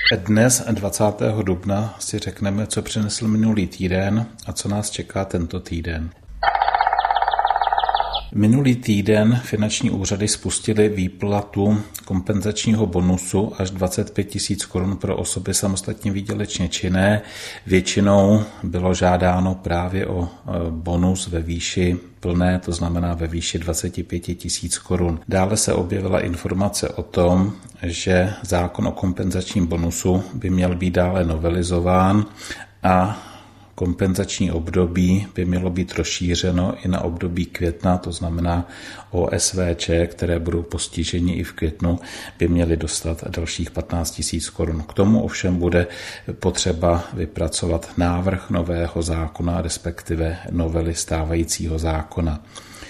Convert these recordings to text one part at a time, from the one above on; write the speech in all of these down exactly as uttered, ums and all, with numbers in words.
Dnes, dvacátého dubna, si řekneme, co přinesl minulý týden a co nás čeká tento týden. Minulý týden finanční úřady spustily výplatu kompenzačního bonusu až dvacet pět tisíc korun pro osoby samostatně výdělečně činné. Většinou bylo žádáno právě o bonus ve výši plné, to znamená ve výši dvacet pět tisíc korun. Dále se objevila informace o tom, že zákon o kompenzačním bonusu by měl být dále novelizován a kompenzační období by mělo být rozšířeno i na období května, to znamená O S V Č, které budou postiženi i v květnu, by měly dostat dalších patnáct tisíc korun. K tomu ovšem bude potřeba vypracovat návrh nového zákona, respektive novely stávajícího zákona.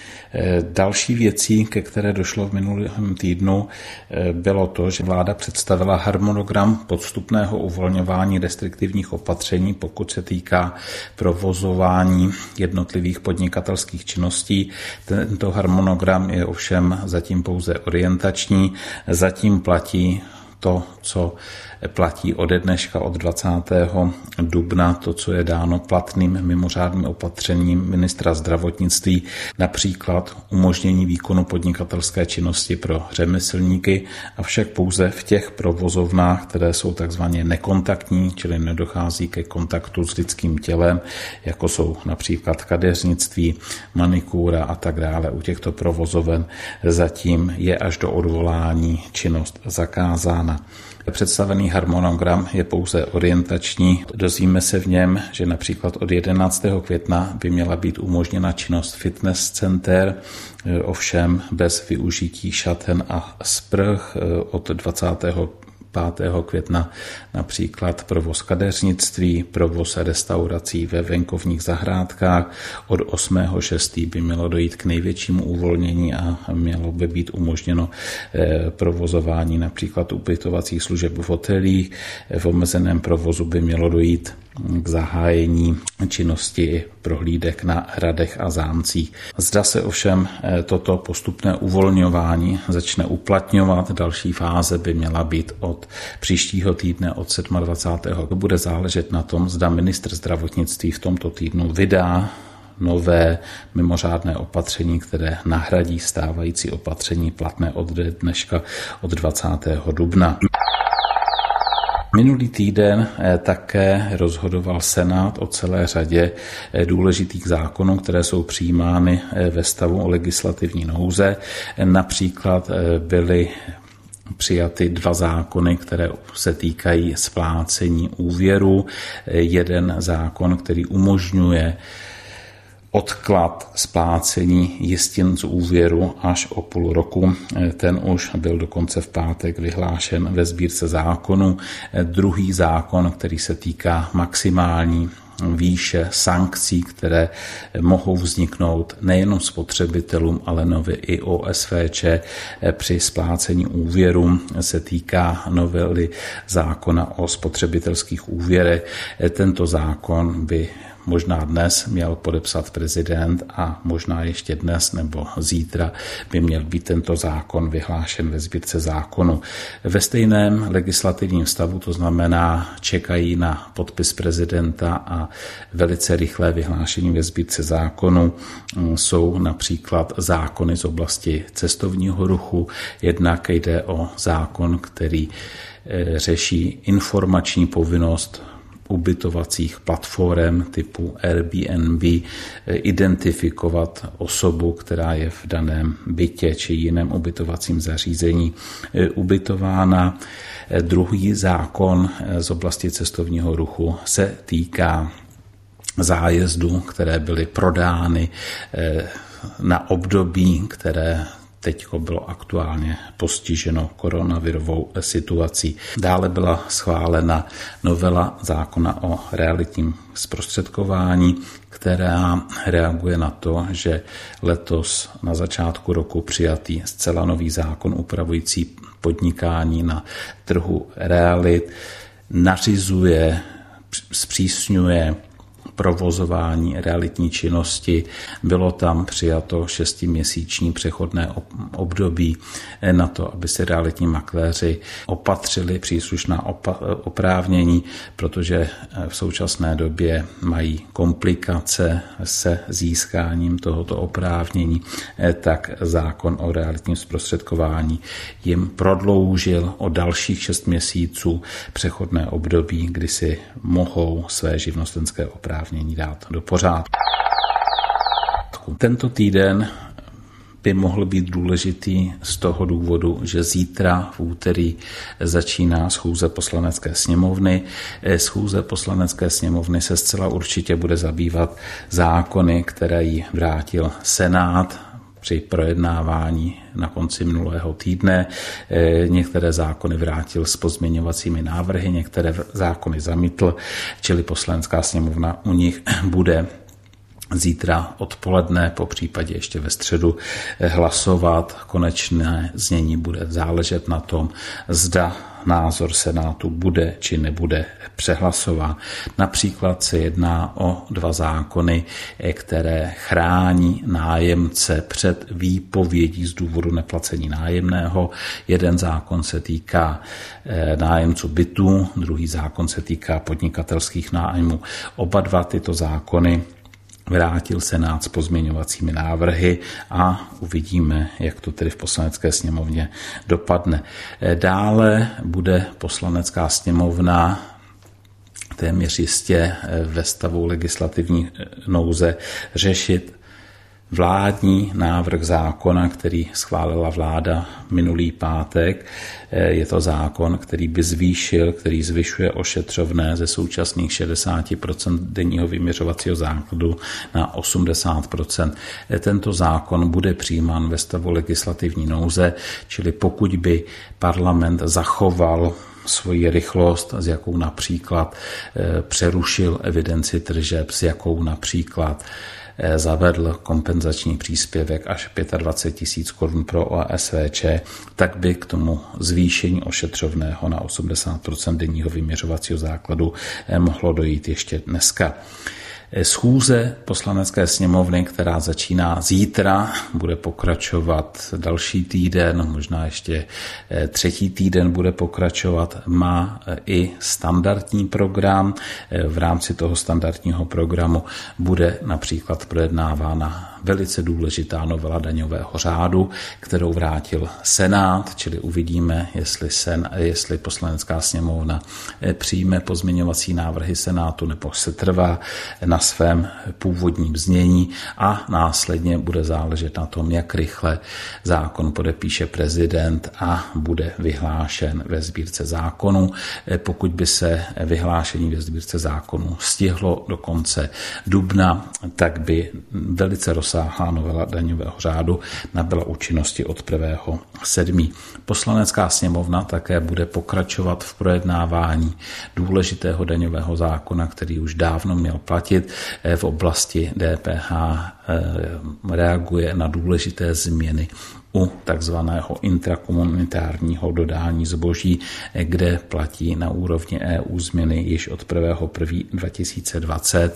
Další věcí, ke které došlo v minulém týdnu, bylo to, že vláda představila harmonogram podstupného uvolňování restriktivních opatření, pokud se týká provozování jednotlivých podnikatelských činností. Tento harmonogram je ovšem zatím pouze orientační, zatím platí to, co platí ode dneška od dvacátého dubna, to, co je dáno platným mimořádným opatřením ministra zdravotnictví, například umožnění výkonu podnikatelské činnosti pro řemeslníky, avšak pouze v těch provozovnách, které jsou takzvaně nekontaktní, čili nedochází ke kontaktu s lidským tělem, jako jsou například kadeřnictví, manikúra a tak dále. U těchto provozoven zatím je až do odvolání činnost zakázána. Představený harmonogram je pouze orientační. Dozvíme se v něm, že například od jedenáctého května by měla být umožněna činnost fitness center, ovšem bez využití šaten a sprch. Od dvacátého pátého května například provoz kadeřnictví, provoz restaurací ve venkovních zahrádkách. Od osmého šestého by mělo dojít k největšímu uvolnění a mělo by být umožněno provozování například ubytovacích služeb v hotelích. V omezeném provozu by mělo dojít k zahájení činnosti prohlídek na hradech a zámcích. Zda se ovšem toto postupné uvolňování začne uplatňovat, další fáze by měla být od příštího týdne, od dvacátého sedmého To bude záležet na tom, zda ministr zdravotnictví v tomto týdnu vydá nové mimořádné opatření, které nahradí stávající opatření platné od dneška od dvacátého dubna. Minulý týden také rozhodoval Senát o celé řadě důležitých zákonů, které jsou přijímány ve stavu legislativní nouze. Například byly přijaty dva zákony, které se týkají splácení úvěru. Jeden zákon, který umožňuje odklad splácení jistin z úvěru až o půl roku. Ten už byl dokonce v pátek vyhlášen ve sbírce zákonů. Druhý zákon, který se týká maximální výše sankcí, které mohou vzniknout nejenom spotřebitelům, ale nově i O S V Č při splácení úvěru, se týká novely zákona o spotřebitelských úvěrech. Tento zákon by možná dnes měl podepsat prezident a možná ještě dnes nebo zítra by měl být tento zákon vyhlášen ve sbírce zákonu. Ve stejném legislativním stavu, to znamená čekají na podpis prezidenta a velice rychlé vyhlášení ve sbírce zákonu, jsou například zákony z oblasti cestovního ruchu. Jednak jde o zákon, který řeší informační povinnost ubytovacích platform typu Airbnb, identifikovat osobu, která je v daném bytě či jiném ubytovacím zařízení ubytována. Druhý zákon z oblasti cestovního ruchu se týká zájezdů, které byly prodány na období, které teď bylo aktuálně postiženo koronavirovou situací. Dále byla schválena novela zákona o realitním zprostředkování, která reaguje na to, že letos na začátku roku přijatý zcela nový zákon upravující podnikání na trhu realit nařizuje, zpřísňuje provozování realitní činnosti. Bylo tam přijato šestiměsíční přechodné období na to, aby si realitní makléři opatřili příslušná oprávnění, protože v současné době mají komplikace se získáním tohoto oprávnění, tak zákon o realitním zprostředkování jim prodloužil o dalších šest měsíců přechodné období, kdy si mohou své živnostenské oprávnění dát do pořádku. Tento týden by mohl být důležitý z toho důvodu, že zítra v úterý začíná schůze Poslanecké sněmovny. Schůze Poslanecké sněmovny se zcela určitě bude zabývat zákony, které jí vrátil Senát při projednávání na konci minulého týdne. Některé zákony vrátil s pozměňovacími návrhy, některé zákony zamítl, čili Poslanecká sněmovna u nich bude zítra odpoledne, po případě ještě ve středu hlasovat. Konečné znění bude záležet na tom, zda názor Senátu bude či nebude přehlasován. Například se jedná o dva zákony, které chrání nájemce před výpovědí z důvodu neplacení nájemného. Jeden zákon se týká nájemců bytů, druhý zákon se týká podnikatelských nájmů. Oba dva tyto zákony vrátil Senát s pozměňovacími návrhy a uvidíme, jak to tedy v Poslanecké sněmovně dopadne. Dále bude Poslanecká sněmovna téměř jistě ve stavu legislativní nouze řešit vládní návrh zákona, který schválila vláda minulý pátek. Je to zákon, který by zvýšil, který zvyšuje ošetřovné ze současných šedesát procent denního vyměřovacího základu na osmdesát procent. Tento zákon bude přijímán ve stavu legislativní nouze, čili pokud by parlament zachoval svoji rychlost, s jakou například přerušil evidenci tržeb, s jakou například zavedl kompenzační příspěvek až dvacet pět tisíc korun pro O S V Č, tak by k tomu zvýšení ošetřovného na osmdesát procent denního vyměřovacího základu mohlo dojít ještě dneska. Schůze Poslanecké sněmovny, která začíná zítra, bude pokračovat další týden, možná ještě třetí týden bude pokračovat, má i standardní program. V rámci toho standardního programu bude například projednávána velice důležitá novela daňového řádu, kterou vrátil Senát, čili uvidíme, jestli, sen, jestli Poslanecká sněmovna přijme pozměňovací návrhy Senátu nebo se trvá na svém původním znění a následně bude záležet na tom, jak rychle zákon podepíše prezident a bude vyhlášen ve sbírce zákonů. Pokud by se vyhlášení ve sbírce zákonů stihlo do konce dubna, tak by velice rozsáhlá novela daňového řádu nabyla účinnosti od prvního sedmého Poslanecká sněmovna také bude pokračovat v projednávání důležitého daňového zákona, který už dávno měl platit v oblasti D P H, reaguje na důležité změny u takzvaného intrakomunitárního dodání zboží, kde platí na úrovni E U změny již od prvního prvního dva tisíce dvacet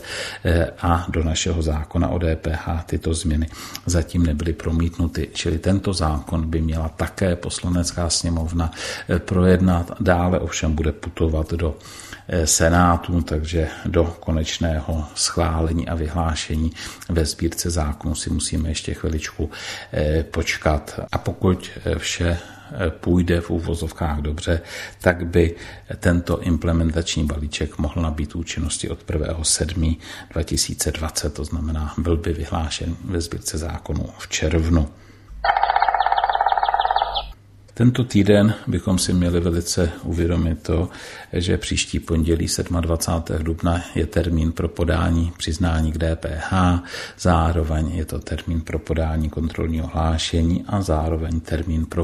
a do našeho zákona o D P H tyto změny zatím nebyly promítnuty. Čili tento zákon by měla také Poslanecká sněmovna projednat, dále ovšem bude putovat do Senátu, takže do konečného schválení a vyhlášení ve sbírce zákonů si musíme ještě chviličku počkat. A pokud vše půjde v úvozovkách dobře, tak by tento implementační balíček mohl nabýt účinnosti od prvního sedmého dva tisíce dvacet, to znamená, byl by vyhlášen ve sbírce zákonů v červnu. Tento týden bychom si měli velice uvědomit to, že příští pondělí dvacátého sedmého dubna je termín pro podání přiznání k D P H, zároveň je to termín pro podání kontrolního hlášení a zároveň termín pro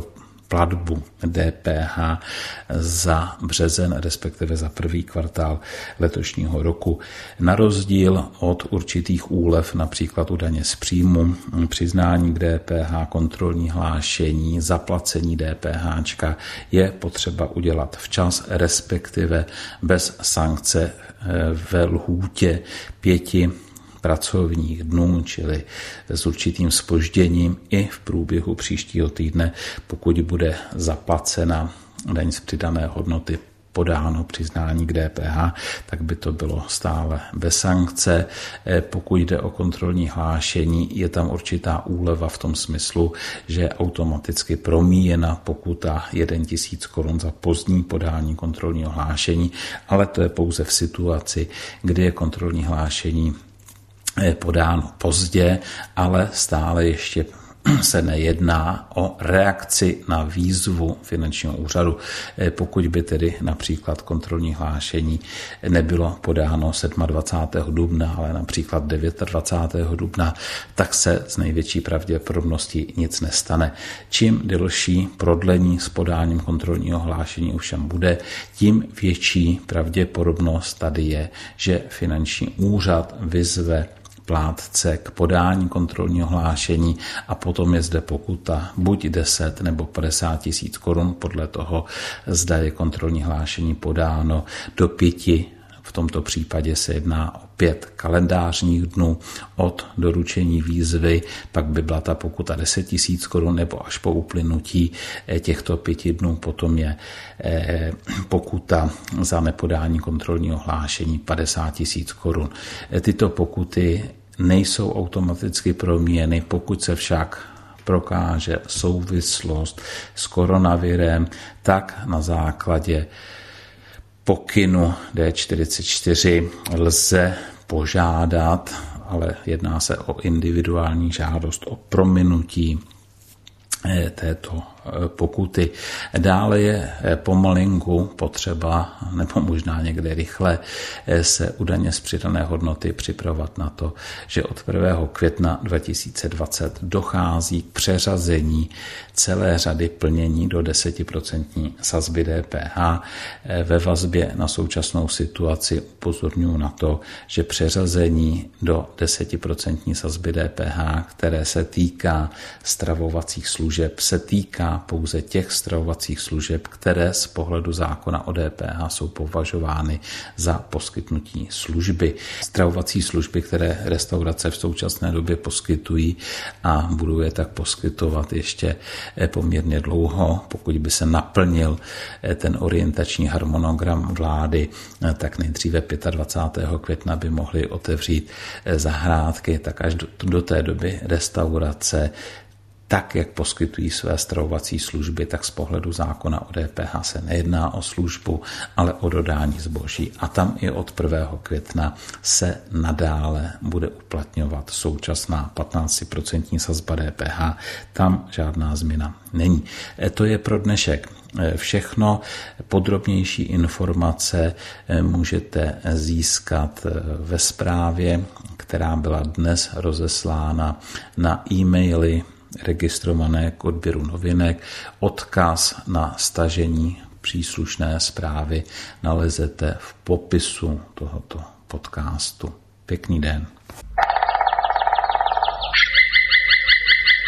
platbu D P H za březen, respektive za první kvartál letošního roku. Na rozdíl od určitých úlev, například u daně z příjmu, přiznání k D P H, kontrolní hlášení, zaplacení D P H, je potřeba udělat včas, respektive bez sankce ve lhůtě pěti pracovních dnů, čili s určitým zpožděním i v průběhu příštího týdne, pokud bude zaplacena daň z přidané hodnoty, podáno přiznání k D P H, tak by to bylo stále bez sankce. Pokud jde o kontrolní hlášení, je tam určitá úleva v tom smyslu, že je automaticky promíjena pokuta jeden tisíc korun za pozdní podání kontrolního hlášení, ale to je pouze v situaci, kdy je kontrolní hlášení podáno pozdě, ale stále ještě se nejedná o reakci na výzvu finančního úřadu. Pokud by tedy například kontrolní hlášení nebylo podáno dvacátého sedmého dubna, ale například dvacátého devátého dubna, tak se z největší pravděpodobností nic nestane. Čím delší prodlení s podáním kontrolního hlášení ovšem bude, tím větší pravděpodobnost tady je, že finanční úřad vyzve plátce k podání kontrolního hlášení a potom je zde pokuta buď deset nebo padesát tisíc korun podle toho, zda je kontrolní hlášení podáno do pěti, v tomto případě se jedná o pět kalendářních dnů od doručení výzvy, pak by byla ta pokuta deset tisíc korun, nebo až po uplynutí těchto pěti dnů potom je pokuta za nepodání kontrolního hlášení padesát tisíc korun. Tyto pokuty nejsou automaticky proměny, pokud se však prokáže souvislost s koronavirem, tak na základě pokynu D čtyřicet čtyři lze požádat, ale jedná se o individuální žádost o prominutí této pokuty. Dále je pomalinku potřeba, nebo možná někde rychle, se u daně z přidané hodnoty připravovat na to, že od prvního května dva tisíce dvacet dochází k přeřazení celé řady plnění do desetiprocentní sazby D P H. Ve vazbě na současnou situaci upozorňuji na to, že přeřazení do desetiprocentní sazby D P H, které se týká stravovacích služeb, se týká pouze těch stravovacích služeb, které z pohledu zákona o D P H jsou považovány za poskytnutí služby. Stravovací služby, které restaurace v současné době poskytují a budou je tak poskytovat ještě poměrně dlouho, pokud by se naplnil ten orientační harmonogram vlády, tak nejdříve dvacátého pátého května by mohli otevřít zahrádky, tak až do, do té doby restaurace tak, jak poskytují své stravovací služby, tak z pohledu zákona o D P H se nejedná o službu, ale o dodání zboží. A tam i od prvního května se nadále bude uplatňovat současná patnáctiprocentní sazba D P H. Tam žádná změna není. To je pro dnešek všechno. Podrobnější informace můžete získat ve zprávě, která byla dnes rozeslána na e-maily registrované k odběru novinek. Odkaz na stažení příslušné zprávy nalezete v popisu tohoto podcastu. Pěkný den.